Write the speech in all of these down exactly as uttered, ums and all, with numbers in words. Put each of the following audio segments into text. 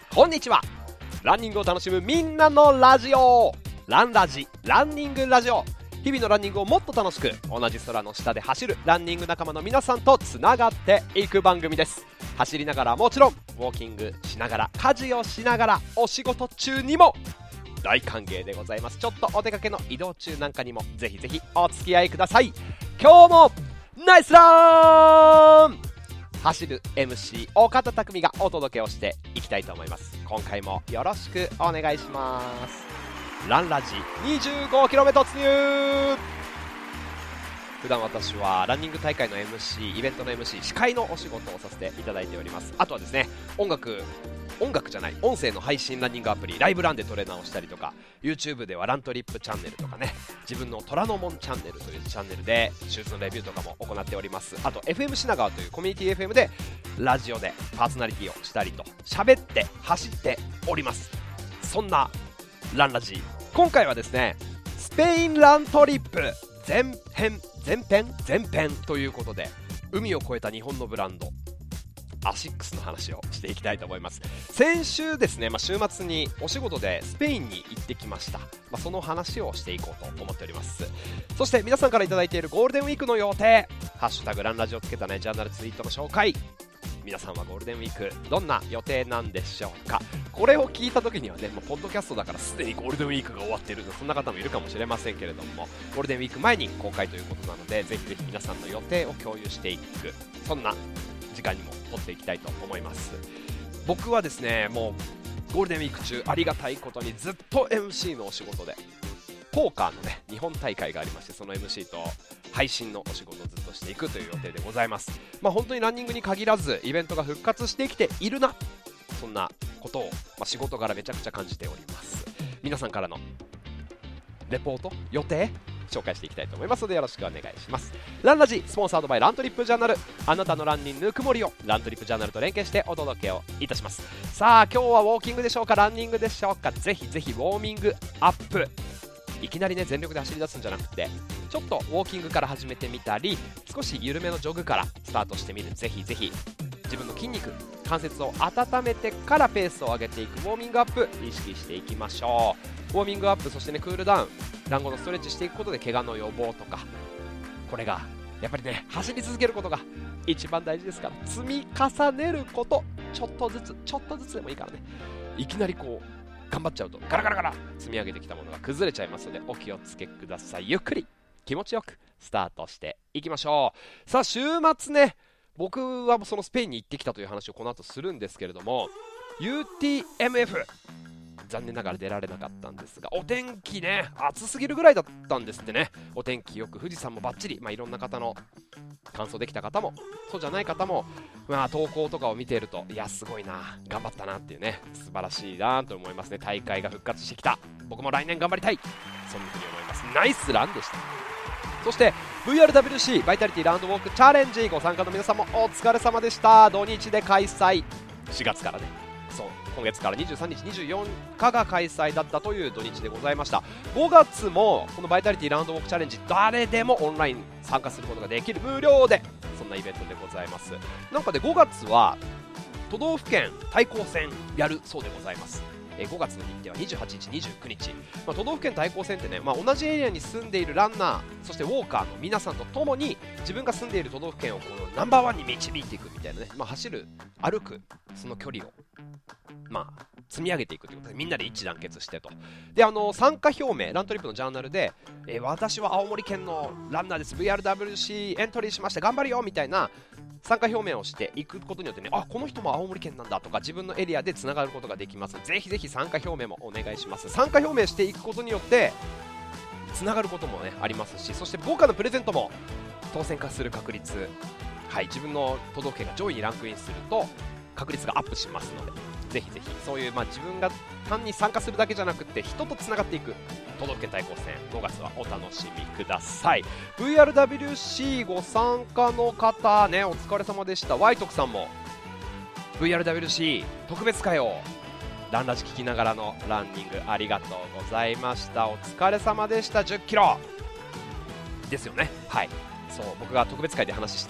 こんにちは。ランニングを楽しむみんなのラジオ、ランラジ、ランニングラジオ。日々のランニングをもっと楽しく、同じ空の下で走るランニング仲間の皆さんとつながっていく番組です。走りながら、もちろんウォーキングしながら、家事をしながら、お仕事中にも大歓迎でございます。ちょっとお出かけの移動中なんかにもぜひぜひお付き合いください。今日もナイスラン走る エムシー 岡田匠がお届けをしていきたいと思います。今回もよろしくお願いします。ランラジ にじゅうごキロ目 突入。普段私はランニング大会の エムシー、イベントの エムシー、司会のお仕事をさせていただいております。あとはですね、音楽音楽じゃない音声の配信ランニングアプリライブランでトレーナーをしたりとか、 YouTube ではラントリップチャンネルとかね、自分の虎ノ門チャンネルというチャンネルでシューズのレビューとかも行っております。あと エフエム 品川というコミュニティ エフエム でラジオでパーソナリティをしたりと、喋って走っております。そんなランラジ、今回はですね、スペインラントリップ前編前編前編ということで、海を越えた日本のブランドアシックスの話をしていきたいと思います。先週ですね、まあ、週末にお仕事でスペインに行ってきました。まあ、その話をしていこうと思っております。そして皆さんからいただいているゴールデンウィークの予定、ハッシュタグランラジをつけたねジャーナルツイートの紹介。皆さんはゴールデンウィークどんな予定なんでしょうか。これを聞いた時にはね、もうポッドキャストだからすでにゴールデンウィークが終わっている、そんな方もいるかもしれませんけれども、ゴールデンウィーク前に公開ということなので、ぜひぜひ皆さんの予定を共有していく、そんな時間にも取っていきたいと思います。僕はですね、もうゴールデンウィーク中ありがたいことにずっと エムシー のお仕事で、ポーカーのね日本大会がありまして、その エムシー と配信のお仕事をずっとしていくという予定でございます。まあ本当にランニングに限らずイベントが復活してきているな、そんなことを、まあ、仕事柄めちゃくちゃ感じております。皆さんからのレポート、予定紹介していきたいと思いますのでよろしくお願いします。ランラジスポンサードバイラントリップジャーナル、あなたのランニングぬくもりをラントリップジャーナルと連携してお届けをいたします。さあ今日はウォーキングでしょうか、ランニングでしょうか。ぜひぜひウォーミングアップ、いきなりね全力で走り出すんじゃなくて、ちょっとウォーキングから始めてみたり、少し緩めのジョグからスタートしてみる。ぜひぜひ自分の筋肉関節を温めてからペースを上げていくウォーミングアップ意識していきましょう。ウォーミングアップ、そしてねクールダウン、ランゴのストレッチしていくことで怪我の予防とか、これがやっぱりね走り続けることが一番大事ですから、積み重ねること、ちょっとずつちょっとずつでもいいからね、いきなりこう頑張っちゃうとガラガラガラ積み上げてきたものが崩れちゃいますのでお気をつけください。ゆっくり気持ちよくスタートしていきましょう。さあ週末ね、僕はそのスペインに行ってきたという話をこの後するんですけれども、 ユーティーエムエフ 残念ながら出られなかったんですが、お天気ね暑すぎるぐらいだったんですってね。お天気よく、富士山もバッチリ、まあ、いろんな方の完走できた方もそうじゃない方も、まあ、投稿とかを見ていると、いやすごいな、頑張ったなっていうね、素晴らしいなと思いますね。大会が復活してきた、僕も来年頑張りたい、そんなふうに思います。ナイスランでした。そして ブイアールダブリューシー バイタリティラウンドウォークチャレンジ、ご参加の皆さんもお疲れ様でした。土日で開催、しがつからね、そう今月からにじゅうさんにちにじゅうよっかが開催だったという土日でございました。ごがつもこのバイタリティラウンドウォークチャレンジ、誰でもオンライン参加することができる、無料で、そんなイベントでございます。なんかでごがつは都道府県対抗戦やるそうでございます。えごがつの日程はにじゅうはちにちにじゅうくにち、まあ、都道府県対抗戦ってね、まあ、同じエリアに住んでいるランナー、そしてウォーカーの皆さんとともに自分が住んでいる都道府県をこのナンバーワンに導いていくみたいなね、まあ、走る歩くその距離をまあ積み上げていくということで、みんなで一致団結してと。で、あの参加表明、ラントリップのジャーナルで、えー、私は青森県のランナーです、 ブイアールダブリューシー エントリーしまして頑張るよみたいな参加表明をしていくことによってね、あ、この人も青森県なんだとか、自分のエリアでつながることができます。ぜひぜひ参加表明もお願いします。参加表明していくことによってつながることもねありますし、そして豪華なプレゼントも当選化する確率、はい、自分の都道府県が上位にランクインすると確率がアップしますので、ぜひぜひそういう、まあ、自分が単に参加するだけじゃなくて人とつながっていく都道府県対抗戦、ごがつはお楽しみください。 ブイアールダブリューシー ご参加の方ね、お疲れ様でした。ワイトクさんも ブイアールダブリューシー 特別会をランラジ聞きながらのランニングありがとうございました。お疲れ様でした。じゅっキロですよね。はい、そう僕が特別会で話した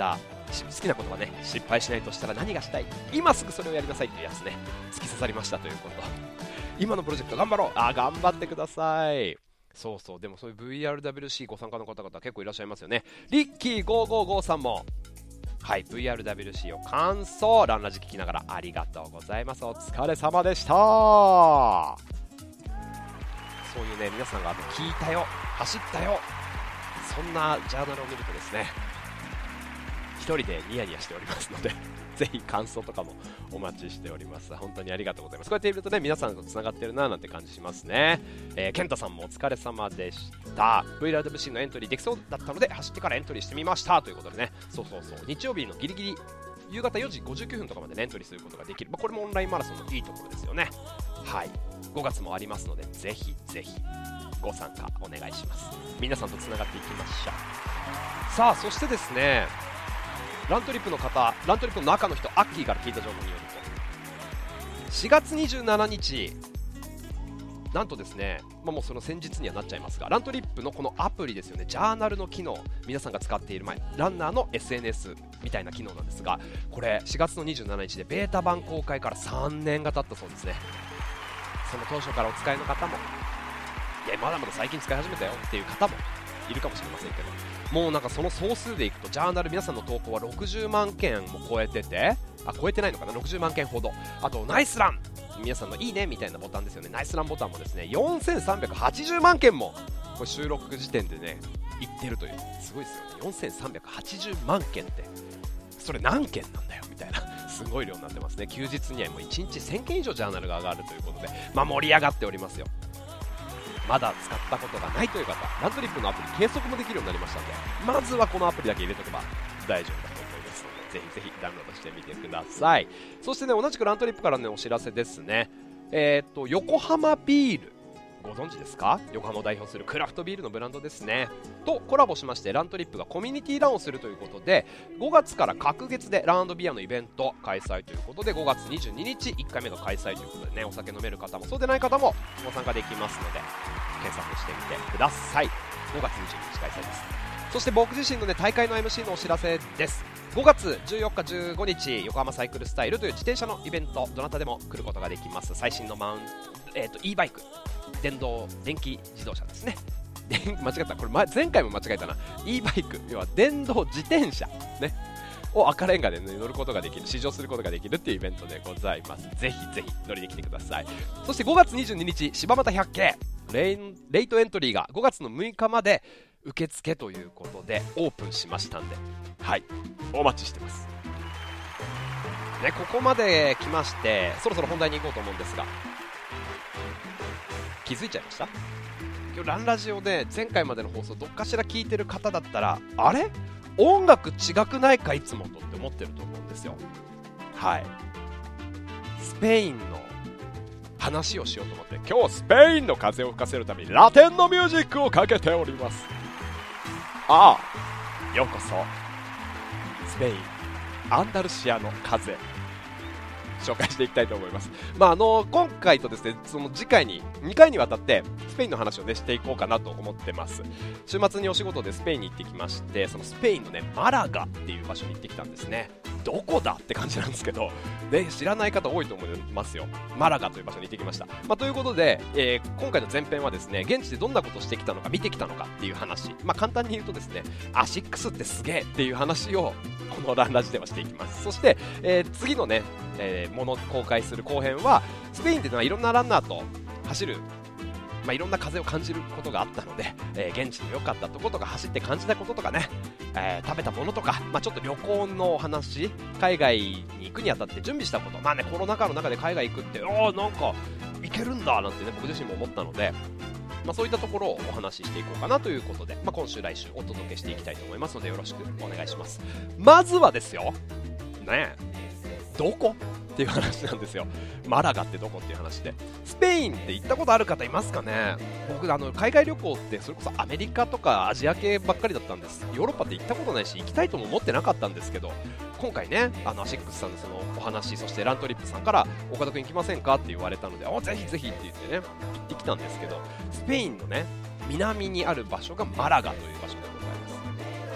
好きなことはね、失敗しないとしたら何がしたい、今すぐそれをやりなさいっていうやつね、突き刺さりましたということ。今のプロジェクト頑張ろう、あ、頑張ってください。そうそう、でもそういう ブイアールダブリューシー ご参加の方々結構いらっしゃいますよね。リッキーごーごーごーさんも、はい、ブイアールダブリューシー を感想、ランラジ聞きながらありがとうございます。お疲れ様でした。そういうね、皆さんが聞いたよ、走ったよ、そんなジャーナルを見るとですね、一人でニヤニヤしておりますのでぜひ感想とかもお待ちしております。本当にありがとうございます。こうやっているとね、皆さんとつながってるななんて感じしますね。えー、ケンタさんもお疲れ様でした。 ブイアールダブリューシー のエントリーできそうだったので走ってからエントリーしてみましたということでね、そうそうそう、日曜日のギリギリ夕方よじごじゅうきゅうふんとかまで、ね、エントリーすることができる、まあ、これもオンラインマラソンのいいところですよね。はい、ごがつもありますので、ぜひぜひご参加お願いします。皆さんとつながっていきましょう。さあ、そしてですね、ラントリップの方、ラントリップの中の人、アッキーから聞いた情報によるとしがつにじゅうしちにち、なんとですね、まあ、もうその先日にはなっちゃいますが、ラントリップのこのアプリですよね、ジャーナルの機能、皆さんが使っている前ランナーの エスエヌエス みたいな機能なんですが、これしがつのにじゅうしちにちでベータ版公開からさんねんが経ったそうですね。その当初からお使いの方も、いやまだまだ最近使い始めたよっていう方もいるかもしれませんけど、もうなんかその総数でいくと、ジャーナル皆さんの投稿はろくじゅうまんけんも超えてて、あ、超えてないのかな、ろくじゅうまんけんほど。あとナイスラン、皆さんのいいねみたいなボタンですよね、ナイスランボタンもですねよんせんさんびゃくはちじゅうまんけんもこれ収録時点でねいってるという、すごいですよね。よんせんさんびゃくはちじゅうまんけんってそれ何件なんだよみたいなすごい量になってますね。休日にはもういちにちせんけん以上ジャーナルが上がるということで、まあ、盛り上がっておりますよ。まだ使ったことがないという方、ラントリップのアプリ計測もできるようになりましたので、まずはこのアプリだけ入れておけば大丈夫だと思いますので、ぜひぜひダウンロードしてみてください。そしてね、同じくラントリップからねお知らせですね。えー、っと横浜ビール、ご存知ですか？横浜を代表するクラフトビールのブランドですねとコラボしまして、ラントリップがコミュニティランをするということで、ごがつから隔月でランドビアのイベント開催ということで、ごがつにじゅうににちいっかいめが開催ということでね、お酒飲める方もそうでない方もご参加できますので検索してみてください。ごがつにじゅうににち開催です。そして僕自身のね大会の エムシー のお知らせです。ごがつじゅうよっかじゅうごにち、横浜サイクルスタイルという自転車のイベント、どなたでも来ることができます。最新のマウン、えー、と e バイク、電動電気自動車ですね。間違った、これ前、前回も間違えたな。 e バイク、要は電動自転車ねを赤レンガで、ね、乗ることができる、試乗することができるっていうイベントでございます。ぜひぜひ乗りに来てください。そしてごがつにじゅうににち、柴又百景レインレイトエントリーがごがつのむいかまで受付ということでオープンしましたんで、はい、お待ちしてますね。ここまで来まして、そろそろ本題に行こうと思うんですが、気づいちゃいました？今日ランラジオで前回までの放送どっかしら聞いてる方だったら、あれ音楽違くないかいつもとって思ってると思うんですよ。はい、スペインの話をしようと思って、今日はスペインの風を吹かせるためにラテンのミュージックをかけております。ああ、ようこそスペインアンダルシアの風、紹介していきたいと思います。まああの今回とですね、その次回ににかいにわたってスペインの話をねしていこうかなと思ってます。週末にお仕事でスペインに行ってきまして、そのスペインのねマラガっていう場所に行ってきたんですね。どこだって感じなんですけど、ね、知らない方多いと思いますよ。マラガという場所に行ってきました。まあ、ということで、えー、今回の前編はですね、現地でどんなことをしてきたのか、見てきたのかっていう話、まあ、簡単に言うとですね、アシックスってすげえっていう話をこのランラジではしていきます。そして、えー、次のね、えー、もの公開する後編は、スペインっていうのはいろんなランナーと走る、まあ、いろんな風を感じることがあったので、えー、現地の良かったところとか走って感じたこととかね、えー、食べたものとか、まあ、ちょっと旅行のお話、海外に行くにあたって準備したこと、まあね、コロナ禍の中で海外行くっておーなんか行けるんだなんてね、僕自身も思ったので、まあ、そういったところをお話ししていこうかなということで、まあ、今週来週お届けしていきたいと思いますので、よろしくお願いします。まずはですよね、どこっていう話なんですよ。マラガってどこっていう話で、スペインって行ったことある方いますかね。僕あの海外旅行ってそれこそアメリカとかアジア系ばっかりだったんです。ヨーロッパって行ったことないし行きたいとも思ってなかったんですけど、今回ね、あのアシックスさんのそのお話、そしてラントリップさんから岡田君行きませんかって言われたので、あぜひぜひって言ってね行ってきたんですけど、スペインのね南にある場所がマラガという場所でございます。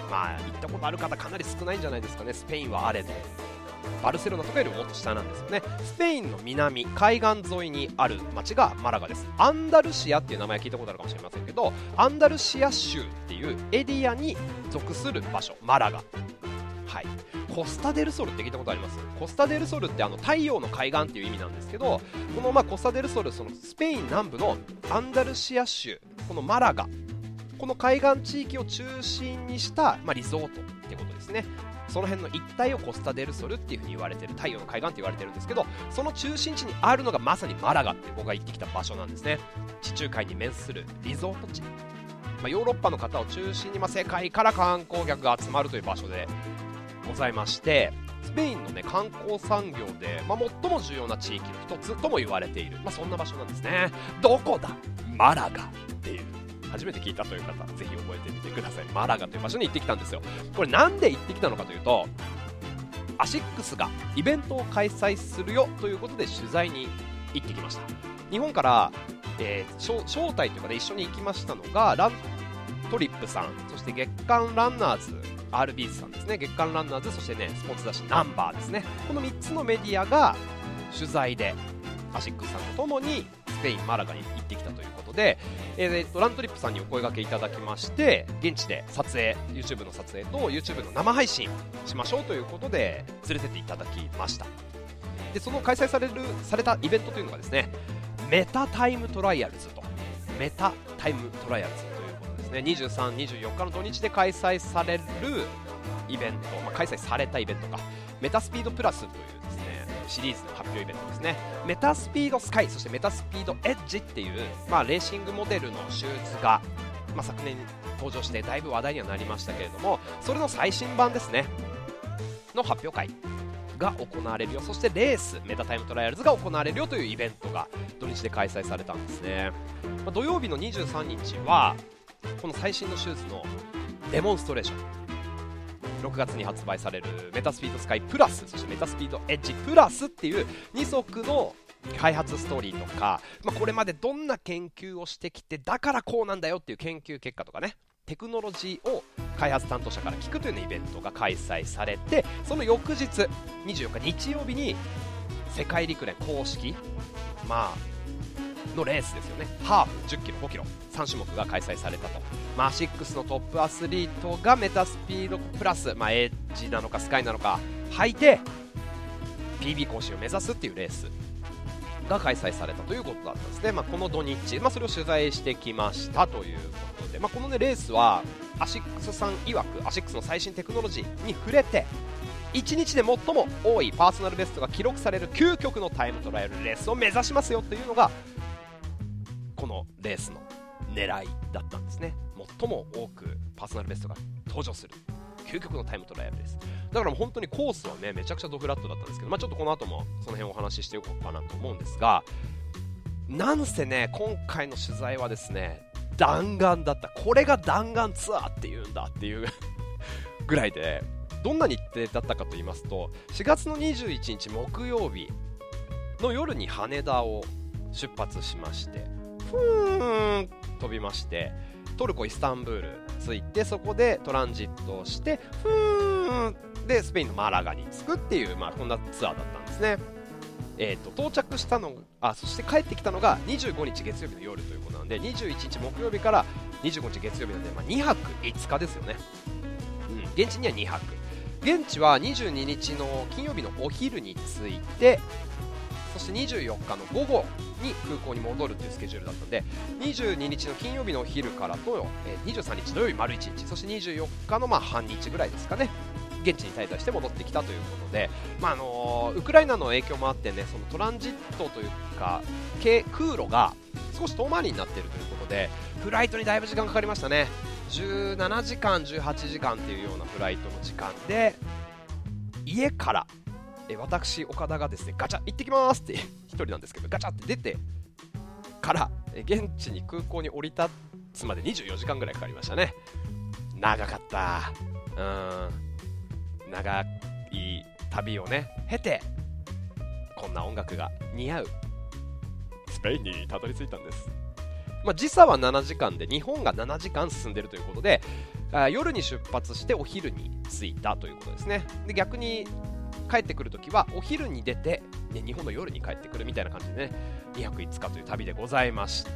まあ行ったことある方かなり少ないんじゃないですかね。スペインはあれでバルセロナとかよりももっと下なんですよね。スペインの南海岸沿いにある町がマラガです。アンダルシアっていう名前聞いたことあるかもしれませんけど、アンダルシア州っていうエリアに属する場所、マラガ。はい、コスタデルソルって聞いたことあります？コスタデルソルってあの太陽の海岸っていう意味なんですけど、このまあコスタデルソル、そのスペイン南部のアンダルシア州、このマラガ、この海岸地域を中心にした、まあ、リゾートってことですね。その辺の一帯をコスタデルソルっていう風に言われてる、太陽の海岸って言われてるんですけど、その中心地にあるのがまさにマラガって僕が行ってきた場所なんですね。地中海に面するリゾート地、まあ、ヨーロッパの方を中心に、まあ、世界から観光客が集まるという場所でございまして、スペインの、ね、観光産業で、まあ、最も重要な地域の一つとも言われている、まあ、そんな場所なんですね。どこだ？マラガっていう、初めて聞いたという方ぜひ覚えてみてください。マラガという場所に行ってきたんですよ。これなんで行ってきたのかというと、アシックスがイベントを開催するよということで取材に行ってきました。日本から、えー、招待というかね、一緒に行きましたのがラントリップさん、そして月刊ランナーズ アールビーズ さんですね。月刊ランナーズ、そしてねスポーツ雑誌ナンバーですね。このみっつのメディアが取材でアシックスさんとともにスペインマラガに行ってきたということで、えー、とラントリップさんにお声掛けいただきまして、現地で撮影、 YouTube の撮影と YouTube の生配信しましょうということで連れてっていただきました。でその開催されるされたイベントというのがですね、メタタイムトライアルズとメタタイムトライアルズということですね。にじゅうさん、にじゅうよっかの土日で開催されるイベント、まあ、開催されたイベントか、メタスピードプラスというですねシリーズの発表イベントですね。メタスピードスカイ、そしてメタスピードエッジっていう、まあ、レーシングモデルのシューズが、まあ、昨年登場してだいぶ話題にはなりましたけれども、それの最新版ですねの発表会が行われるよ、そしてレースメタタイムトライアルズが行われるよというイベントが土日で開催されたんですね。まあ、土曜日のにじゅうさんにちはこの最新のシューズのデモンストレーション、ろくがつに発売されるメタスピードスカイプラス、そしてメタスピードエッジプラスっていうにそくの開発ストーリーとか、まあ、これまでどんな研究をしてきてだからこうなんだよっていう研究結果とかね、テクノロジーを開発担当者から聞くという、ね、イベントが開催されて、その翌日にじゅうよっか日曜日に世界陸連公式、まあのレースですよね。ハーフ、じゅっキロ、ごキロ、さんしゅもくが開催されたと。まあ、アシックスのトップアスリートがメタスピードプラス、まあ、エッジなのかスカイなのか履いて ピービー 更新を目指すっていうレースが開催されたということだったんですね。まあ、この土日、まあ、それを取材してきましたということで、まあ、この、ね、レースはアシックスさん曰くアシックスの最新テクノロジーに触れていちにちで最も多いパーソナルベストが記録される究極のタイムトライアルレースを目指しますよというのがこのレースの狙いだったんですね。最も多くパーソナルベストが登場する究極のタイムトライアルレースだから、もう本当にコースはねめちゃくちゃドフラットだったんですけど、まあ、ちょっとこの後もその辺をお話ししていこうかなと思うんですが、なんせね今回の取材はですね弾丸だった。これが弾丸ツアーっていうんだっていうぐらいで、どんな日程だったかと言いますと、しがつのにじゅういちにち木曜日の夜に羽田を出発しまして、ふーん飛びましてトルコイスタンブール着いて、そこでトランジットをしてふーんでスペインのマラガに着くっていう、まあ、こんなツアーだったんですね。えーと到着したのあそして帰ってきたのがにじゅうごにち月曜日の夜ということなんで、にじゅういちにち木曜日からにじゅうごにち月曜日なんで、まあ、にはくいつかですよね。うん、現地にはにはく、現地はにじゅうににちの金曜日のお昼に着いて、そしてにじゅうよっかの午後に空港に戻るというスケジュールだったので、にじゅうににちの金曜日のお昼からと、えー、にじゅうさんにち土曜日丸いちにち、そしてにじゅうよっかのまあ半日ぐらいですかね、現地に滞在して戻ってきたということで、まああのー、ウクライナの影響もあってね、そのトランジットというか空路が少し遠回りになっているということで、フライトにだいぶ時間かかりましたね。じゅうななじかんじゅうはちじかんっていうようなフライトの時間で、家からえ私岡田がですねガチャ行ってきますって一人なんですけどガチャって出てから現地に空港に降り立つまでにじゅうよじかんぐらいかかりましたね。長かった。うーん長い旅をね経て、こんな音楽が似合うスペインにたどり着いたんです。まあ、時差はななじかんで日本がななじかん進んでるということで、 あ夜に出発してお昼に着いたということですね。で逆に帰ってくるときはお昼に出て、ね、日本の夜に帰ってくるみたいな感じでね、にはくいつかという旅でございました。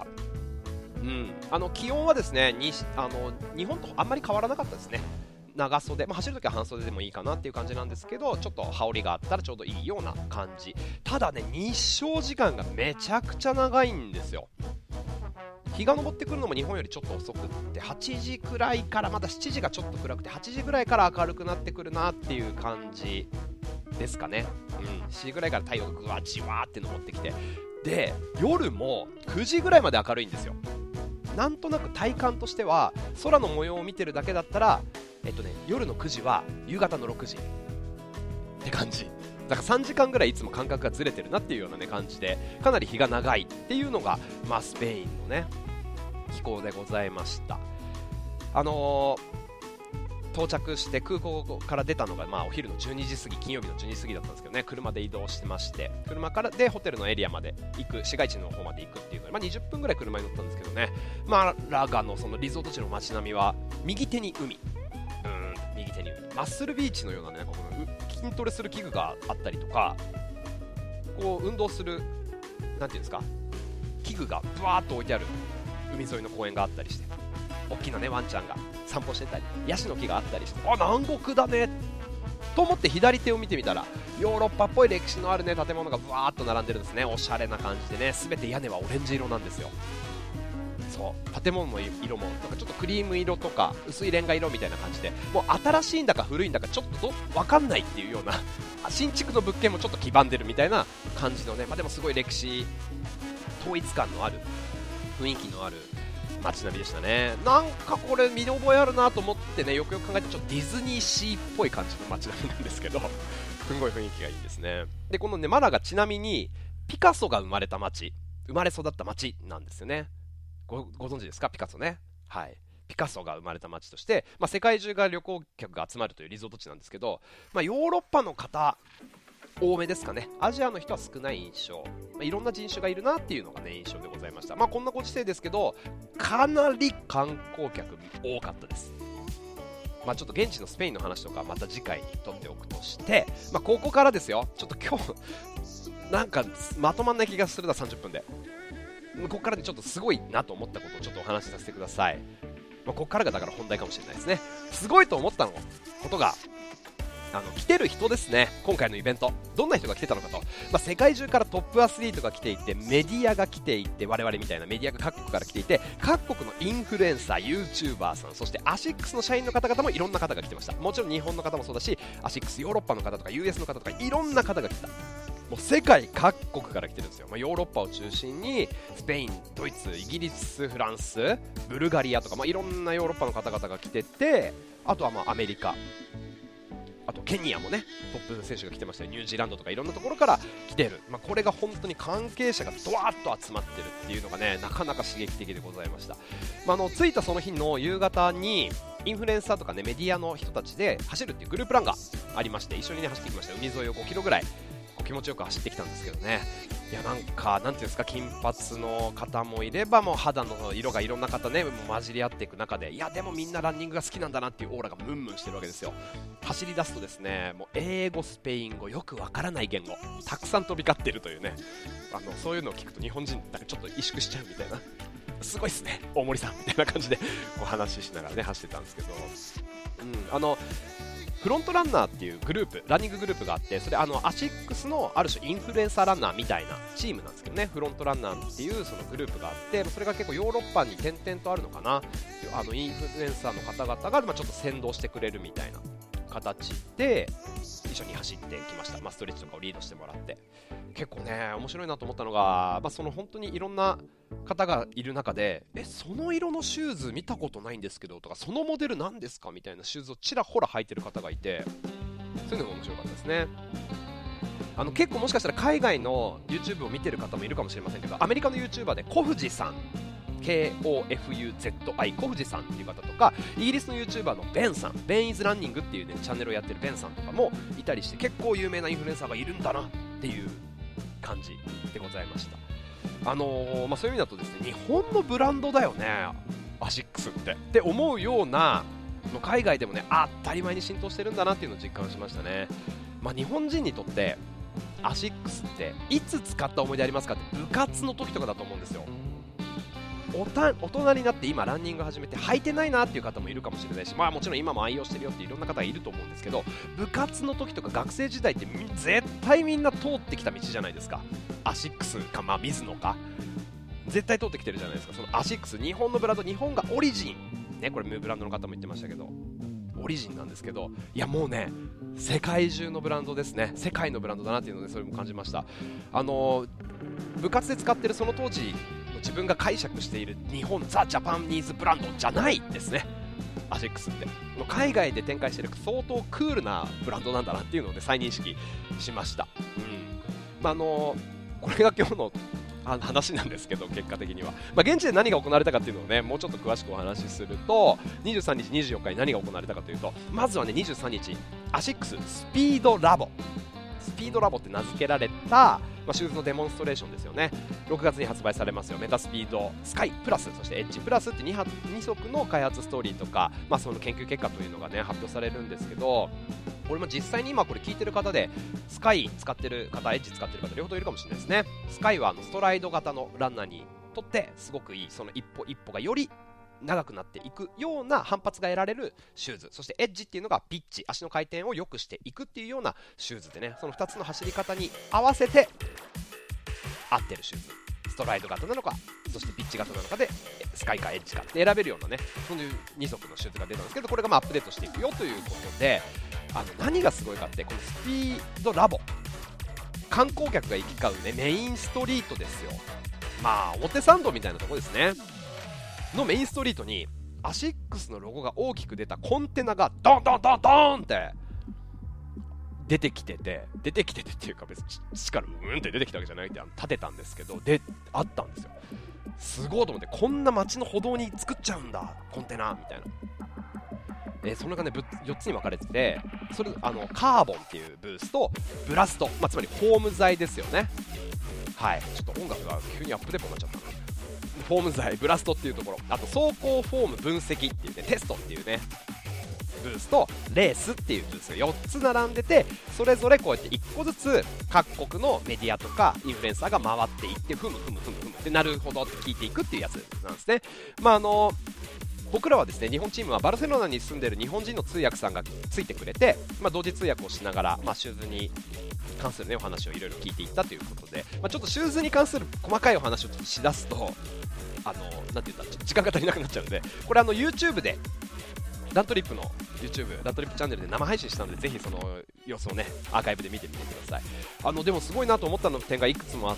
うん、あの気温はですねにあの日本とあんまり変わらなかったですね。長袖、まあ、走るときは半袖でもいいかなっていう感じなんですけど、ちょっと羽織があったらちょうどいいような感じ。ただね、日照時間がめちゃくちゃ長いんですよ。日が昇ってくるのも日本よりちょっと遅くって、はちじくらいから、まだしちじがちょっと暗くてはちじぐらいから明るくなってくるなっていう感じですかね。うん、しちじぐらいから太陽がぐわじわーって昇ってきて、で夜もくじぐらいまで明るいんですよ。なんとなく体感としては空の模様を見てるだけだったら、えっとね、夜のくじは夕方のろくじって感じだから、さんじかんぐらいいつも感覚がずれてるなっていうような、ね、感じで、かなり日が長いっていうのが、まあ、スペインのね気候でございました。あのー到着して空港から出たのが、まあ、お昼のじゅうにじ過ぎ、金曜日のじゅうにじ過ぎだったんですけどね、車で移動してまして、車からでホテルのエリアまで行く、市街地の方まで行くっていうので、まあ、にじゅっぷんぐらい車に乗ったんですけどね、まあ、ラガのそのリゾート地の街並みは右手に海、うーん右手に海、マッスルビーチのようなね、この筋トレする器具があったりとか、こう運動するなんていうんですか、器具がブワーっと置いてある海沿いの公園があったりして、大きなねワンちゃんが散歩してたり、ヤシの木があったりして、あ、南国だねと思って左手を見てみたら、ヨーロッパっぽい歴史のあるね建物がブワーっと並んでるんですね。おしゃれな感じでね、すべて屋根はオレンジ色なんですよ。そう建物の色もなんかちょっとクリーム色とか薄いレンガ色みたいな感じで、もう新しいんだか古いんだかちょっとど分かんないっていうような新築の物件もちょっと黄ばんでるみたいな感じのね、まあ、でもすごい歴史統一感のある雰囲気のある街並みでしたね。なんかこれ見覚えあるなと思ってね、よくよく考えてちょっとディズニーシーっぽい感じの街並みなんですけどすごい雰囲気がいいんですね。でこのねマラがちなみにピカソが生まれた街、生まれ育った街なんですよね。 ご, ご存知ですか、ピカソね。はい、ピカソが生まれた街として、まあ、世界中が旅行客が集まるというリゾート地なんですけど、まあ、ヨーロッパの方多めですかね。アジアの人は少ない印象、まあ、いろんな人種がいるなっていうのがね印象でございました。まあこんなご時世ですけど、かなり観光客多かったです。まあちょっと現地のスペインの話とかまた次回にとっておくとして、まあここからですよ。ちょっと今日なんかまとまんない気がするな、さんじゅっぷんで。ここからでちょっとすごいなと思ったことをちょっとお話しさせてください。まあ、ここからがだから本題かもしれないですね。すごいと思ったのことが、あの来てる人ですね。今回のイベントどんな人が来てたのかと、まあ、世界中からトップアスリートが来ていて、メディアが来ていて、我々みたいなメディアが各国から来ていて、各国のインフルエンサー、YouTuber さん、そしてアシックスの社員の方々もいろんな方が来てました。もちろん日本の方もそうだし、アシックスヨーロッパの方とか ユーエス の方とかいろんな方が来た。もう世界各国から来てるんですよ。まあ、ヨーロッパを中心にスペイン、ドイツ、イギリス、フランス、ブルガリアとか、まあ、いろんなヨーロッパの方々が来てて、あとはまあアメリカ、あとケニアもねトップ選手が来てましたよ。ニュージーランドとかいろんなところから来てる、まあ、これが本当に関係者がドワーッと集まってるっていうのがねなかなか刺激的でございました。まあ、あの着いたその日の夕方にインフルエンサーとかねメディアの人たちで走るっていうグループランがありまして、一緒にね走ってきました。海沿いをごキロぐらい気持ちよく走ってきたんですけどね。いやなんかなんていうんですか、金髪の方もいれば、もう肌の色がいろんな方ねもう混じり合っていく中で、いやでもみんなランニングが好きなんだなっていうオーラがムンムンしてるわけですよ。走り出すとですね、もう英語、スペイン語、よくわからない言語たくさん飛び交ってるというね、あのそういうのを聞くと日本人だけちょっと萎縮しちゃうみたいな、すごいっすね大森さんみたいな感じでお話ししながらね走ってたんですけど、うん、あのフロントランナーっていうグループ、ランニンググループがあって、それあのアシックスのある種インフルエンサーランナーみたいなチームなんですけどね、フロントランナーっていうそのグループがあって、それが結構ヨーロッパに点々とあるのかな。あのインフルエンサーの方々がまあちょっと先導してくれるみたいな形で一緒に走ってきました。まあ、ストレッチとかをリードしてもらって、結構ね面白いなと思ったのが、まあ、その本当にいろんな方がいる中で、えその色のシューズ見たことないんですけどとか、そのモデルなんですかみたいなシューズをちらほら履いてる方がいて、そういうのが面白かったですね。あの結構もしかしたら海外の YouTube を見てる方もいるかもしれませんけど、アメリカの YouTuber でコフジさん、 ケーオーエフユーゼットアイ コフジさんっていう方とか、イギリスの YouTuber のベンさん、ベンイズランニングっていう、ね、チャンネルをやってるベンさんとかもいたりして、結構有名なインフルエンサーがいるんだなっていう感じでございました。あのーまあ、そういう意味だとですね、日本のブランドだよね。 アシックスってって思うような海外でもね当たり前に浸透してるんだなっていうのを実感しましたね。まあ、日本人にとってアシックスっていつ使った思い出ありますかって、部活の時とかだと思うんですよ。おた大人になって今ランニング始めて履いてないなっていう方もいるかもしれないし、まあもちろん今も愛用してるよっていろんな方がいると思うんですけど、部活の時とか学生時代って絶対みんな通ってきた道じゃないですか。アシックスか、まあミズノか絶対通ってきてるじゃないですか。そのアシックス、日本のブランド、日本がオリジンね、これブランドの方も言ってましたけどオリジンなんですけど、いやもうね世界中のブランドですね。世界のブランドだなっていうのでそれも感じました。あの部活で使ってるその当時自分が解釈している日本ザ・ジャパニーズブランドじゃないですね、アシックスって。海外で展開している相当クールなブランドなんだなっていうので再認識しました。うんまあ、あのこれが今日のあの話なんですけど、結果的には、まあ、現地で何が行われたかっていうのをねもうちょっと詳しくお話しすると、にじゅうさんにちにじゅうよっかに何が行われたかというと、まずはねにじゅうさんにちアシックススピードラボスピードラボって名付けられた、まあ、シューズのデモンストレーションですよね。ろくがつに発売されますよ。メタスピードスカイプラス、そしてエッジプラスって 2, 2足の開発ストーリーとか、まあ、その研究結果というのがね発表されるんですけど、俺も実際に今これ聞いてる方でスカイ使ってる方、エッジ使ってる方両方いるかもしれないですね。スカイはあのストライド型のランナーにとってすごくいい、その一歩一歩がより長くなっていくような反発が得られるシューズ、そしてエッジっていうのがピッチ、足の回転を良くしていくっていうようなシューズでね、そのふたつの走り方に合わせて合ってるシューズ、ストライド型なのかそしてピッチ型なのかでスカイかエッジかって選べるようなね、そういうに足のシューズが出たんですけど、これがまあアップデートしていくよということで、あの何がすごいかって、このスピードラボ、観光客が行き交うねメインストリートですよ。まあ表参道みたいなとこですねのメインストリートにアシックスのロゴが大きく出たコンテナがドンドンドンドンって出てきてて、出てきててっていうか別に地からうんって出てきたわけじゃなくて、あの立てたんですけど、であったんですよ。すごいと思って、こんな街の歩道に作っちゃうんだコンテナみたいな。えー、それがねよっつに分かれてて、それあのカーボンっていうブースとブラスト、まあ、つまりフォーム材ですよね。はい、ちょっと音楽が急にアップデートになっちゃったな。フォーム材、ブラストっていうところ、あと走行フォーム分析っていうね、テストっていうねブースとレースっていうブースがよっつ並んでて、それぞれこうやっていっこずつ各国のメディアとかインフルエンサーが回っていって、ふむふむふむふむってなるほどって聞いていくっていうやつなんですね。まああの僕らはですね、日本チームはバルセロナに住んでいる日本人の通訳さんがついてくれて、まあ、同時通訳をしながら、まあ、シューズに関する、ね、お話をいろいろ聞いていったということで、まあ、ちょっとシューズに関する細かいお話をしだすと、あのなんて言ったら時間が足りなくなっちゃうので、これあの YouTube でラントリップの YouTube、ラントリップチャンネルで生配信したので、ぜひその様子をねアーカイブで見てみてください。あのでもすごいなと思ったの点がいくつもあって、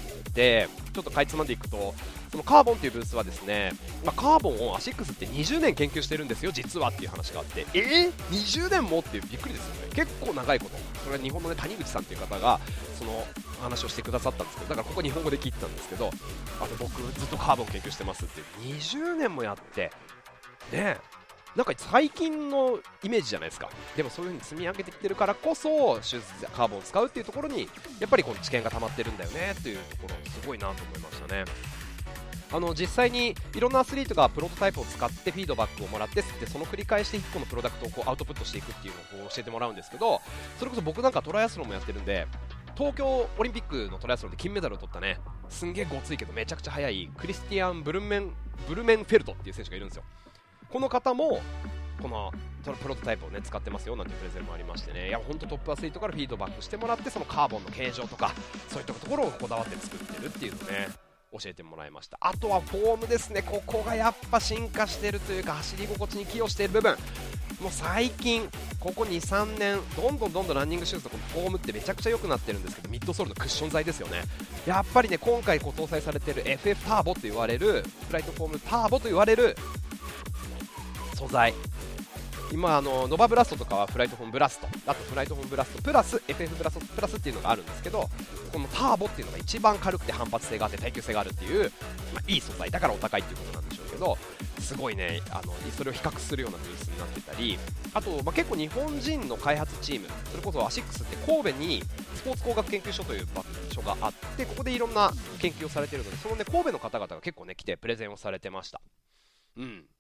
ちょっとかいつまんでいくと、そのカーボンっていうブースはですね、まあ、カーボンをアシックスってにじゅうねん研究してるんですよ実はっていう話があって、えー、にじゅうねんもっていうびっくりですよね。結構長いこと、それは日本の、ね、谷口さんっていう方がその話をしてくださったんですけど、だからここ日本語で聞いてたんですけど、あの僕ずっとカーボン研究してますってにじゅうねんもやってね、なんか最近のイメージじゃないですか。でもそういう風に積み上げてきてるからこそシューズでカーボンを使うっていうところにやっぱりこの知見が溜まってるんだよねっていうところすごいなと思いましたね。あの実際にいろんなアスリートがプロトタイプを使ってフィードバックをもらって、でその繰り返していっこのプロダクトをこうアウトプットしていくっていうのをこう教えてもらうんですけど、それこそ僕なんかトライアスロンもやってるんで、東京オリンピックのトライアスロンで金メダルを取ったね、すんげえごついけどめちゃくちゃ速いクリスティアン・ブルメンブルメンフェルトっていう選手がいるんですよ。この方もこのプロトタイプを、ね、使ってますよなんていうプレゼンもありましてね、いや本当トップアスリートからフィードバックしてもらって、そのカーボンの形状とかそういったところをこだわって作ってるっていうのをね教えてもらいました。あとはフォームですね、ここがやっぱ進化してるというか走り心地に寄与している部分、もう最近ここ にさんねんどんどんどんどんランニングシューズのこのフォームってめちゃくちゃ良くなってるんですけど、ミッドソールのクッション材ですよね。やっぱりね今回こう搭載されている エフエフ ターボと言われるフライトフォームターボと言われる素材、今あのノバブラストとかはフライトフォンブラスト、あとフライトフォンブラストプラス エフエフ ブラストプラスっていうのがあるんですけど、このターボっていうのが一番軽くて反発性があって耐久性があるっていう、まあ、いい素材だからお高いっていうことなんでしょうけど、すごいねあのそれを比較するようなブースになってたり、あと、まあ、結構日本人の開発チーム、それこそアシックスって神戸にスポーツ工学研究所という場所があって、ここでいろんな研究をされているので、そのね神戸の方々が結構ね来てプレゼンをされてました。うん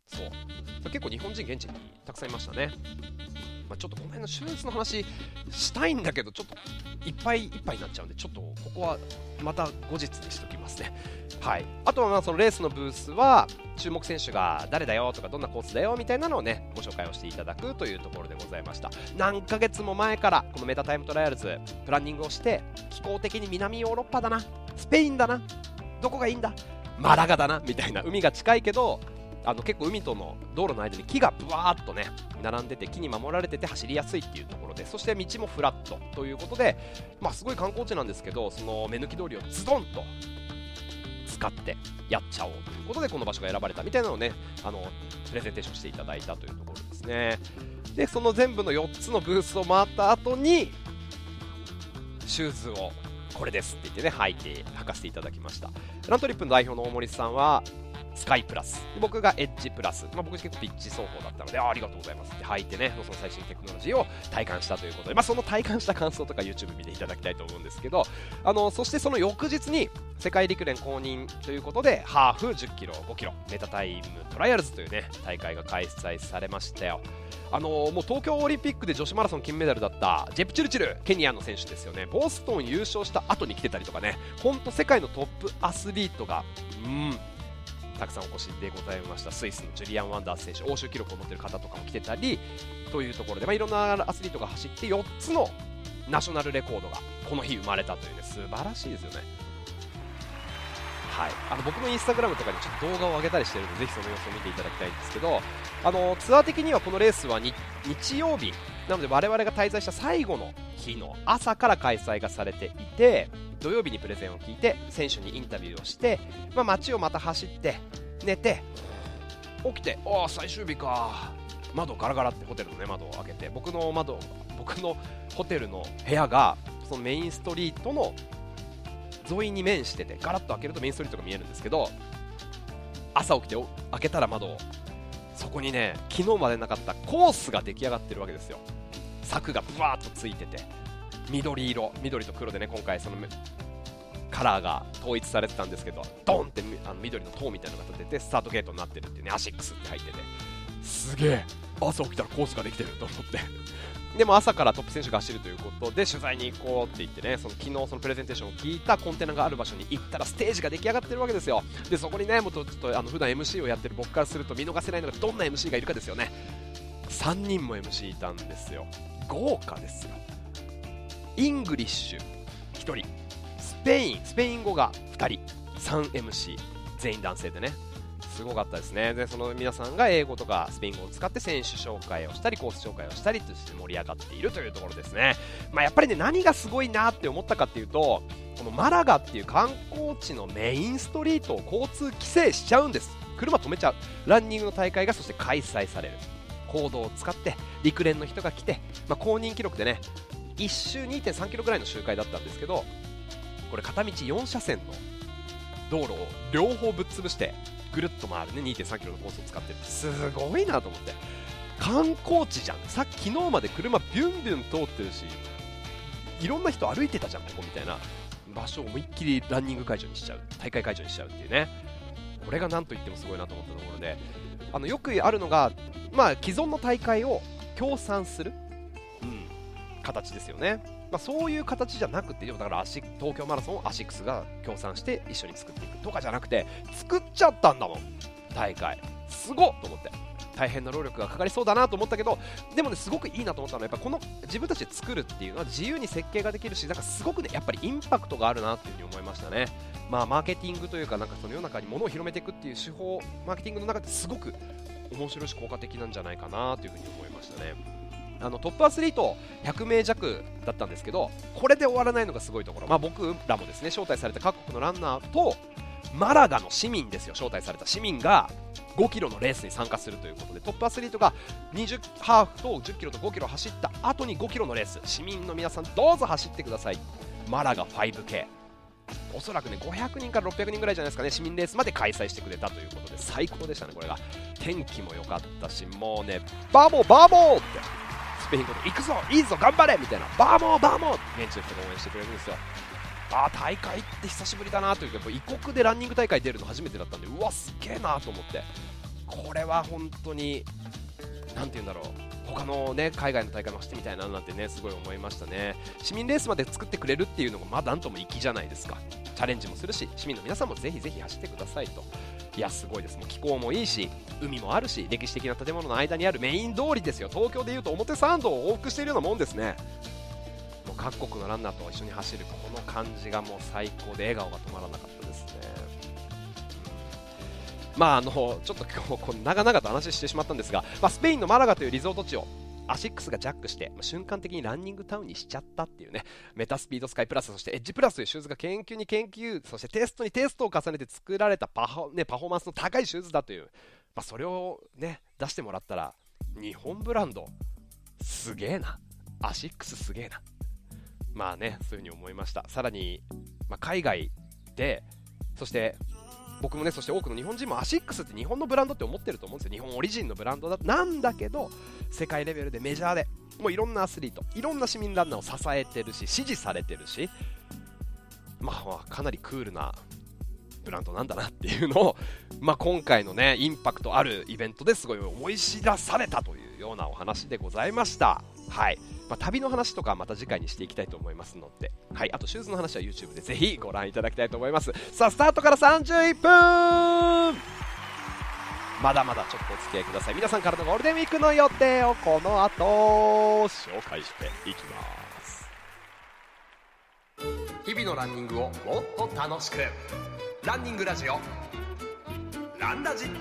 そう結構日本人現地にたくさんいましたね。まあ、ちょっとこの辺の手術の話したいんだけどちょっといっぱいいっぱいになっちゃうんでちょっとここはまた後日にしときますね。はい、あとはまあそのレースのブースは注目選手が誰だよとかどんなコースだよみたいなのをねご紹介をしていただくというところでございました。何ヶ月も前からこのメタタイムトライアルズプランニングをして気候的に南ヨーロッパだなスペインだなどこがいいんだマラガだなみたいな海が近いけどあの結構海との道路の間に木がブワーっとね並んでて木に守られてて走りやすいっていうところでそして道もフラットということでまあすごい観光地なんですけどその目抜き通りをズドンと使ってやっちゃおうということでこの場所が選ばれたみたいなのをねあのプレゼンテーションしていただいたというところですね。でその全部のよっつのブースを回った後にシューズをこれですって言ってね履いて履かせていただきました。ラントリップの代表の大森さんはスカイプラス僕がエッジプラス、まあ、僕結構ピッチ走行だったので あ, ありがとうございますって履いてねその最新テクノロジーを体感したということで、まあ、その体感した感想とか YouTube 見ていただきたいと思うんですけどあのそしてその翌日に世界陸連公認ということでハーフじゅっキロごキロメタタイムトライアルズというね大会が開催されましたよ。あのー、もう東京オリンピックで女子マラソン金メダルだったジェプチルチルケニアの選手ですよね。ボストン優勝した後に来てたりとかねほんと世界のトップアスリートがうんたくさんお越しでございました。スイスのジュリアン・ワンダース選手欧州記録を持っている方とかも来てたりというところで、まあ、いろんなアスリートが走ってよっつのナショナルレコードがこの日生まれたというね素晴らしいですよね。はい、あの僕のインスタグラムとかにちょっと動画を上げたりしてるのでぜひその様子を見ていただきたいんですけどあのツアー的にはこのレースは日曜日なので我々が滞在した最後の日の朝から開催がされていて土曜日にプレゼンを聞いて選手にインタビューをして、まあ、街をまた走って寝て起きてああ最終日か窓ガラガラってホテルの、ね、窓を開けて僕の窓僕のホテルの部屋がそのメインストリートの沿いに面しててガラッと開けるとメインストリートが見えるんですけど朝起きて開けたら窓をそこにね昨日までなかったコースが出来上がってるわけですよ。柵がブワーッとついてて緑色緑と黒でね今回そのカラーが統一されてたんですけどドンってあの緑の塔みたいなのが立ててスタートゲートになってるっていうねアシックスって入っててすげえ朝起きたらコースができてると思ってでも朝からトップ選手が走るということで取材に行こうって言ってねその昨日そのプレゼンテーションを聞いたコンテナがある場所に行ったらステージが出来上がってるわけですよ。でそこにねもっとちょっとあの普段 エムシー をやってる僕からすると見逃せないのがどんな エムシー がいるかですよね。さんにんも エムシー いたんですよ。豪華ですよ。イングリッシュひとりスペインスペイン語がふたりさんエムシー 全員男性でねすごかったですね。でその皆さんが英語とかスペイン語を使って選手紹介をしたりコース紹介をしたりとして盛り上がっているというところですね。まあ、やっぱりね何がすごいなって思ったかっていうとこのマラガっていう観光地のメインストリートを交通規制しちゃうんです。車止めちゃうランニングの大会がそして開催される公道を使って陸連の人が来て、まあ、公認記録でねいっ周 にてんさんキロぐらいの周回だったんですけどこれ片道よん車線の道路を両方ぶっ潰してぐるっと回るね にてんさんキロのコースを使ってるすごいなと思って観光地じゃんさっき昨日まで車ビュンビュン通ってるしいろんな人歩いてたじゃんここみたいな場所を思いっきりランニング会場にしちゃう大会会場にしちゃうっていうねこれが何と言ってもすごいなと思ったところであのよくあるのがまあ既存の大会を協賛する、うん、形ですよね。まあ、そういう形じゃなくてだからアシ東京マラソンをアシックスが協賛して一緒に作っていくとかじゃなくて作っちゃったんだもん大会すごっと思って大変な労力がかかりそうだなと思ったけどでもねすごくいいなと思ったのはやっぱこの自分たちで作るっていうのは自由に設計ができるしだからすごくねやっぱりインパクトがあるなっていうふうに思いましたね。まあマーケティングというかなんかその世の中に物を広めていくっていう手法マーケティングの中ですごく面白いし効果的なんじゃないかなというふうに思いましたね。あのトップアスリートひゃくめい弱だったんですけどこれで終わらないのがすごいところ、まあ、僕らもですね招待された各国のランナーとマラガの市民ですよ招待された市民がごキロのレースに参加するということでトップアスリートがにじゅうハーフとじゅっキロとごキロ走った後にごキロのレース市民の皆さんどうぞ走ってくださいマラガ ファイブケー おそらくねごひゃくにんからろっぴゃくにんぐらいじゃないですかね市民レースまで開催してくれたということで最高でしたね。これが天気も良かったしもうねバモバモってスペイン語で行くぞいいぞ頑張れみたいなバモバモ現地の人が応援してくれるんですよ。あー大会って久しぶりだなというか異国でランニング大会出るの初めてだったんでうわすげえなと思ってこれは本当になんて言うんだろう、他のね海外の大会も走ってみたいななんてねすごい思いましたね。市民レースまで作ってくれるっていうのもまあなんとも粋じゃないですか。チャレンジもするし、市民の皆さんもぜひぜひ走ってくださいと。いやすごいです。もう気候もいいし、海もあるし、歴史的な建物の間にあるメイン通りですよ。東京でいうと表参道を往復しているようなもんですね。もう各国のランナーと一緒に走るこの感じがもう最高で笑顔が止まらなかったですね。まああのちょっと今日こう長々と話してしまったんですが、まあ、スペインのマラガというリゾート地をアシックスがジャックして、まあ、瞬間的にランニングタウンにしちゃったっていうね。メタスピードスカイプラス、そしてエッジプラスというシューズが研究に研究、そしてテストにテストを重ねて作られたパフォ、ね、パフォーマンスの高いシューズだという、まあ、それをね出してもらったら日本ブランドすげえな、アシックスすげえな、まあねそういう風に思いました。さらに、まあ、海外で、そして僕もね、そして多くの日本人もアシックスって日本のブランドって思ってると思うんですよ。日本オリジンのブランドだなんだけど、世界レベルでメジャーでもういろんなアスリート、いろんな市民ランナーを支えてるし、支持されてるし、まあかなりクールなブランドなんだなっていうのを、まあ、今回のねインパクトあるイベントですごい思い知らされたというようなお話でございました。はい、まあ、旅の話とかまた次回にしていきたいと思いますので、はい、あとシューズの話は YouTube でぜひご覧いただきたいと思います。さあスタートからさんじゅういっぷん、まだまだちょっとお付き合いください。皆さんからのゴールデンウィークの予定をこの後紹介していきます。日々のランニングをもっと楽しく、ランニングラジオランラジ。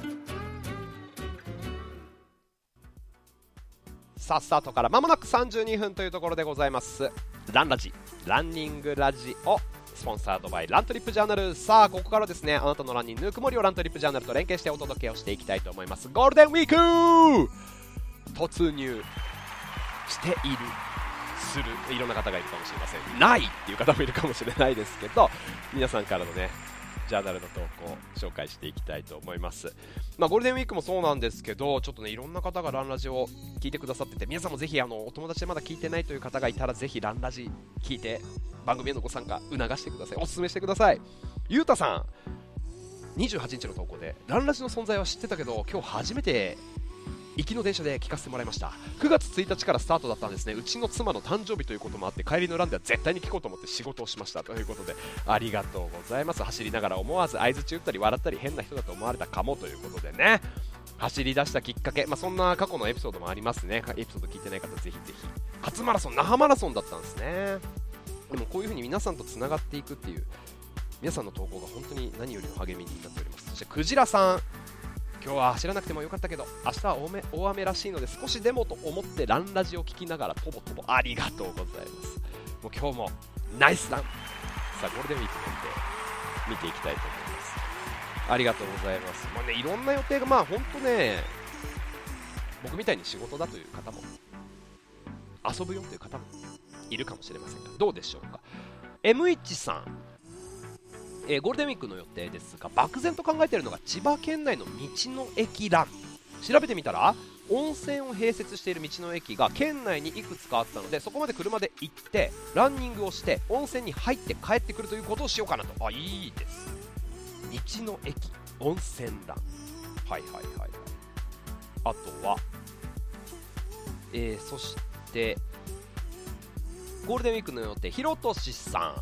さあスタートから間もなくさんじゅうにふんというところでございます。ランラジランニングラジオスポンサードバイラントリップジャーナル。さあここからですね、あなたのランニングぬくもりをラントリップジャーナルと連携してお届けをしていきたいと思います。ゴールデンウィーク突入しているする、いろんな方がいるかもしれません。ないっていう方もいるかもしれないですけど、皆さんからのねジャーナルの投稿を紹介していきたいと思います。まあ、ゴールデンウィークもそうなんですけど、ちょっとねいろんな方がランラジを聞いてくださってて、皆さんもぜひあのお友達でまだ聞いてないという方がいたらぜひランラジ聞いて番組へのご参加促してください。おすすめしてください。ゆうたさんにじゅうはちにちの投稿で、ランラジの存在は知ってたけど今日初めて行きの電車で聞かせてもらいました。くがつついたちからスタートだったんですね。うちの妻の誕生日ということもあって帰りのランでは絶対に聞こうと思って仕事をしましたということで、ありがとうございます。走りながら思わず相槌打ったり笑ったり変な人だと思われたかもということでね、走り出したきっかけ、まあ、そんな過去のエピソードもありますね。エピソード聞いてない方ぜひぜひ。初マラソン那覇マラソンだったんですね。でもこういう風に皆さんとつながっていくっていう皆さんの投稿が本当に何よりの励みになっております。そしてクジラさん、今日は走らなくてもよかったけど明日は大雨、大雨らしいので少しでもと思ってランラジを聞きながらとぼとぼありがとうございます。もう今日もナイスラン。さあゴールデンウィークの予定見ていきたいと思います。ありがとうございます。まあね、いろんな予定がまあ本当ね、僕みたいに仕事だという方も遊ぶよという方もいるかもしれませんが、どうでしょうか。 エムワン さん、えー、ゴールデンウィークの予定ですが漠然と考えているのが千葉県内の道の駅ラン。調べてみたら温泉を併設している道の駅が県内にいくつかあったので、そこまで車で行ってランニングをして温泉に入って帰ってくるということをしようかなと。あ、いいです。道の駅温泉ラン、はいはいはいはい。あとは、えー、そしてゴールデンウィークの予定、ひろとしさん、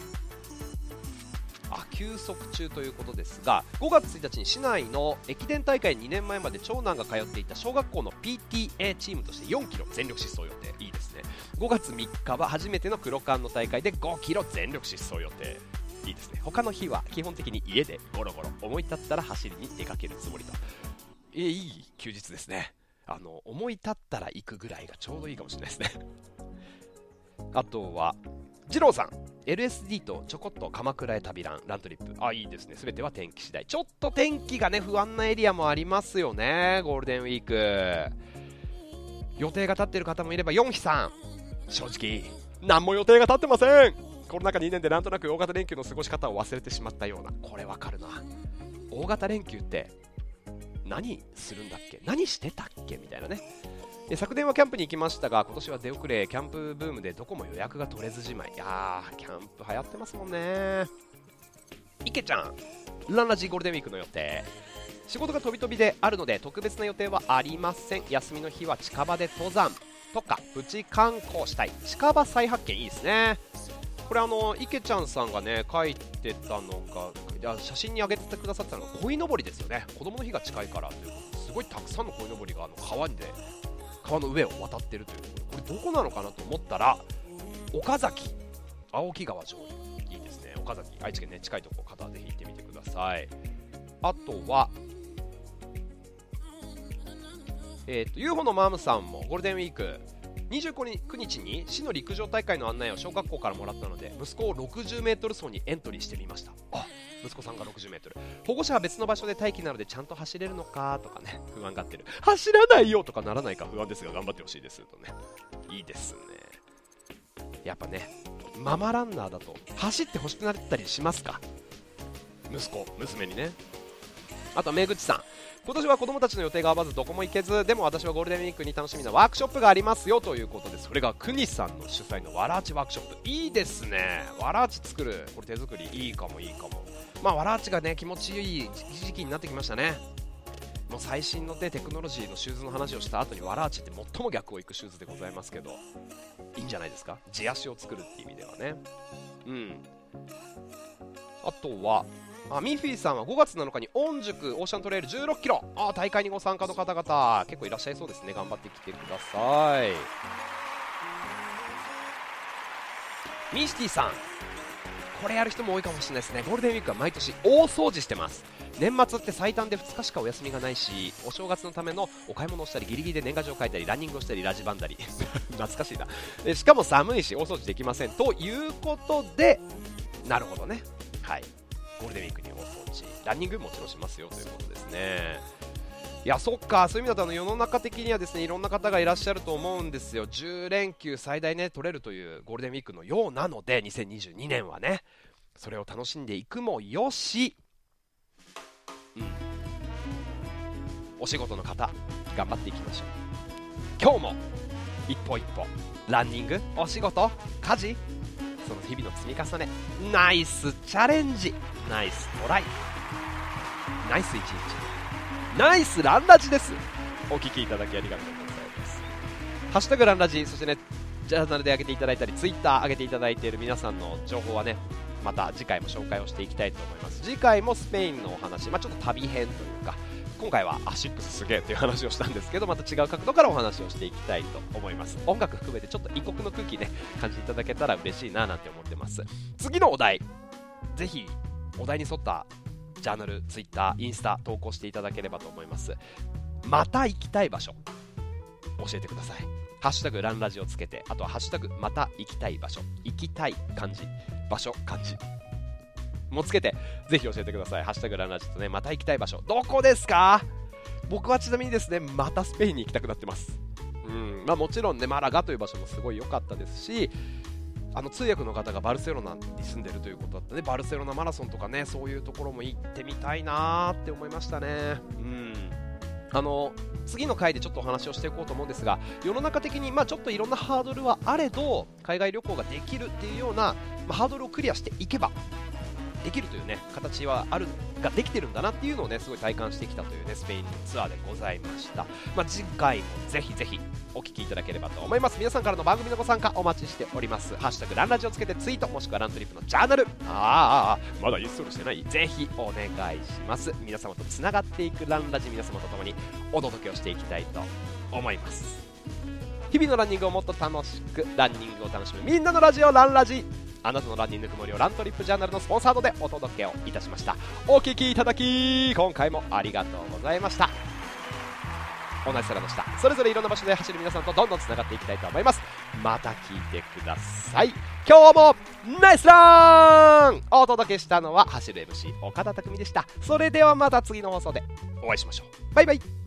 あ、休息中ということですが、ごがつついたちに市内の駅伝大会にねんまえまで長男が通っていた小学校の ピーティーエー チームとしてよんキロ全力疾走予定。いいですね。ごがつみっかは初めての黒缶の大会でごキロ全力疾走予定。いいですね。他の日は基本的に家でゴロゴロ思い立ったら走りに出かけるつもりと。えー、いい休日ですね。あの思い立ったら行くぐらいがちょうどいいかもしれないですね。あとは二郎さん、 エルエスディー とちょこっと鎌倉へ旅ラン、ラントリップ。あ、いいですね。全ては天気次第。ちょっと天気がね不安なエリアもありますよね。ゴールデンウィーク予定が立っている方もいれば、ヨンヒさん、正直何も予定が立ってません。コロナ禍にねんでなんとなく大型連休の過ごし方を忘れてしまったような。これわかるな。大型連休って何するんだっけ、何してたっけみたいなね。で昨年はキャンプに行きましたが、今年は出遅れ、キャンプブームでどこも予約が取れずじまい。いやー、キャンプ流行ってますもんね。池ちゃん、ランラジゴールデンウィークの予定、 仕事が飛び飛びであるので特別な予定はありません。休みの日は近場で登山とかプチ観光したい。近場再発見いいですね。これあの池ちゃんさんがね書いてたのが写真に上げてくださってたのが鯉のぼりですよね。子供の日が近いからということですごいたくさんの鯉のぼりがあの川で川の上を渡ってるということで、これどこなのかなと思ったら岡崎青木川上流いいですね。岡崎愛知県ね近いところ方はぜひ行ってみてください。あとはえー、と ユーフォー のマームさんもゴールデンウィークにじゅうくにちに市の陸上大会の案内を小学校からもらったので息子を ろくじゅうメートル 走にエントリーしてみました。あ、息子さんが ろくじゅうメートル、 保護者は別の場所で待機なのでちゃんと走れるのかとかね不安がってる。走らないよとかならないか不安ですが頑張ってほしいですとね。いいですね。やっぱねママランナーだと走ってほしくなったりしますか、息子娘にね。あとはめぐちさん、今年は子供たちの予定が合わずどこも行けず、でも私はゴールデンウィークに楽しみなワークショップがありますよということで、それがくにさんの主催のわらあちワークショップ。いいですね。わらあち作る、これ手作りいいかもいいかも。まあわらあちがね気持ちいい時期になってきましたね。もう最新の、ね、テクノロジーのシューズの話をした後にわらあちって最も逆をいくシューズでございますけど、いいんじゃないですか、地足を作るっていう意味ではね。うん。あとはあミッフィーさんはごがつなのかに御宿オーシャントレイルじゅうろっキロ、あ大会にご参加の方々結構いらっしゃいそうですね。頑張ってきてください。ミシティさん、これやる人も多いかもしれないですね。ゴールデンウィークは毎年大掃除してます。年末って最短でふつかしかお休みがないし、お正月のためのお買い物をしたりギリギリで年賀状を書いたりランニングをしたりラジバンだり懐かしいな。でしかも寒いし大掃除できませんということで、なるほどね、はい、ゴールデンウィークに大掃除ランニングもちろんしますよということですね。いやそっか、そういう意味だとあの世の中的にはですねいろんな方がいらっしゃると思うんですよ。じゅうれんきゅう最大ね取れるというゴールデンウィークのようなので、にせんにじゅうにねんはねそれを楽しんでいくもよし、うん、お仕事の方頑張っていきましょう。今日も一歩一歩ランニング、お仕事、家事、その日々の積み重ね、ナイスチャレンジ、ナイストライ、ナイス一日、ナイスランラジです。お聞きいただきありがとうございます。ハッシュタグランラジ、そしてねジャーナルで上げていただいたりツイッター上げていただいている皆さんの情報はねまた次回も紹介をしていきたいと思います。次回もスペインのお話、まあ、ちょっと旅編というか、今回はアシックスすげえという話をしたんですけど、また違う角度からお話をしていきたいと思います。音楽含めてちょっと異国の空気ね感じていただけたら嬉しいななんて思ってます。次のお題、ぜひお題に沿ったジャーナル、ツイッター、インスタ投稿していただければと思います。また行きたい場所教えてください。ハッシュタグランラジをつけて、あとはハッシュタグまた行きたい場所、行きたい漢字、場所漢字もつけてぜひ教えてください。ハッシュタグランラジとね、また行きたい場所どこですか？僕はちなみにですねまたスペインに行きたくなってます。うん、まあもちろんねマラガという場所もすごい良かったですし、あの通訳の方がバルセロナに住んでるということだったね。バルセロナマラソンとかねそういうところも行ってみたいなーって思いましたね。うん、あの次の回でちょっとお話をしていこうと思うんですが、世の中的にまあちょっといろんなハードルはあれど海外旅行ができるっていうような、まあ、ハードルをクリアしていけばできるというね形はあるができてるんだなっていうのをねすごい体感してきたというねスペインツアーでございました。まあ、次回もぜひぜひお聞きいただければと思います。皆さんからの番組のご参加お待ちしております。ハッシュタグランラジをつけてツイート、もしくはラントリップのジャーナル、ああまだインストールしてない、ぜひお願いします。皆様とつながっていくランラジ、皆様と共にお届けをしていきたいと思います。日々のランニングをもっと楽しく、ランニングを楽しむみんなのラジオランラジ、あなたのランニング曇りをラントリップジャーナルのスポンサードでお届けをいたしました。お聞きいただき今回もありがとうございました。同じ空の下、それぞれいろんな場所で走る皆さんとどんどんつながっていきたいと思います。また聞いてください。今日もナイスランお届けしたのは走る エムシー 岡田匠でした。それではまた次の放送でお会いしましょう。バイバイ。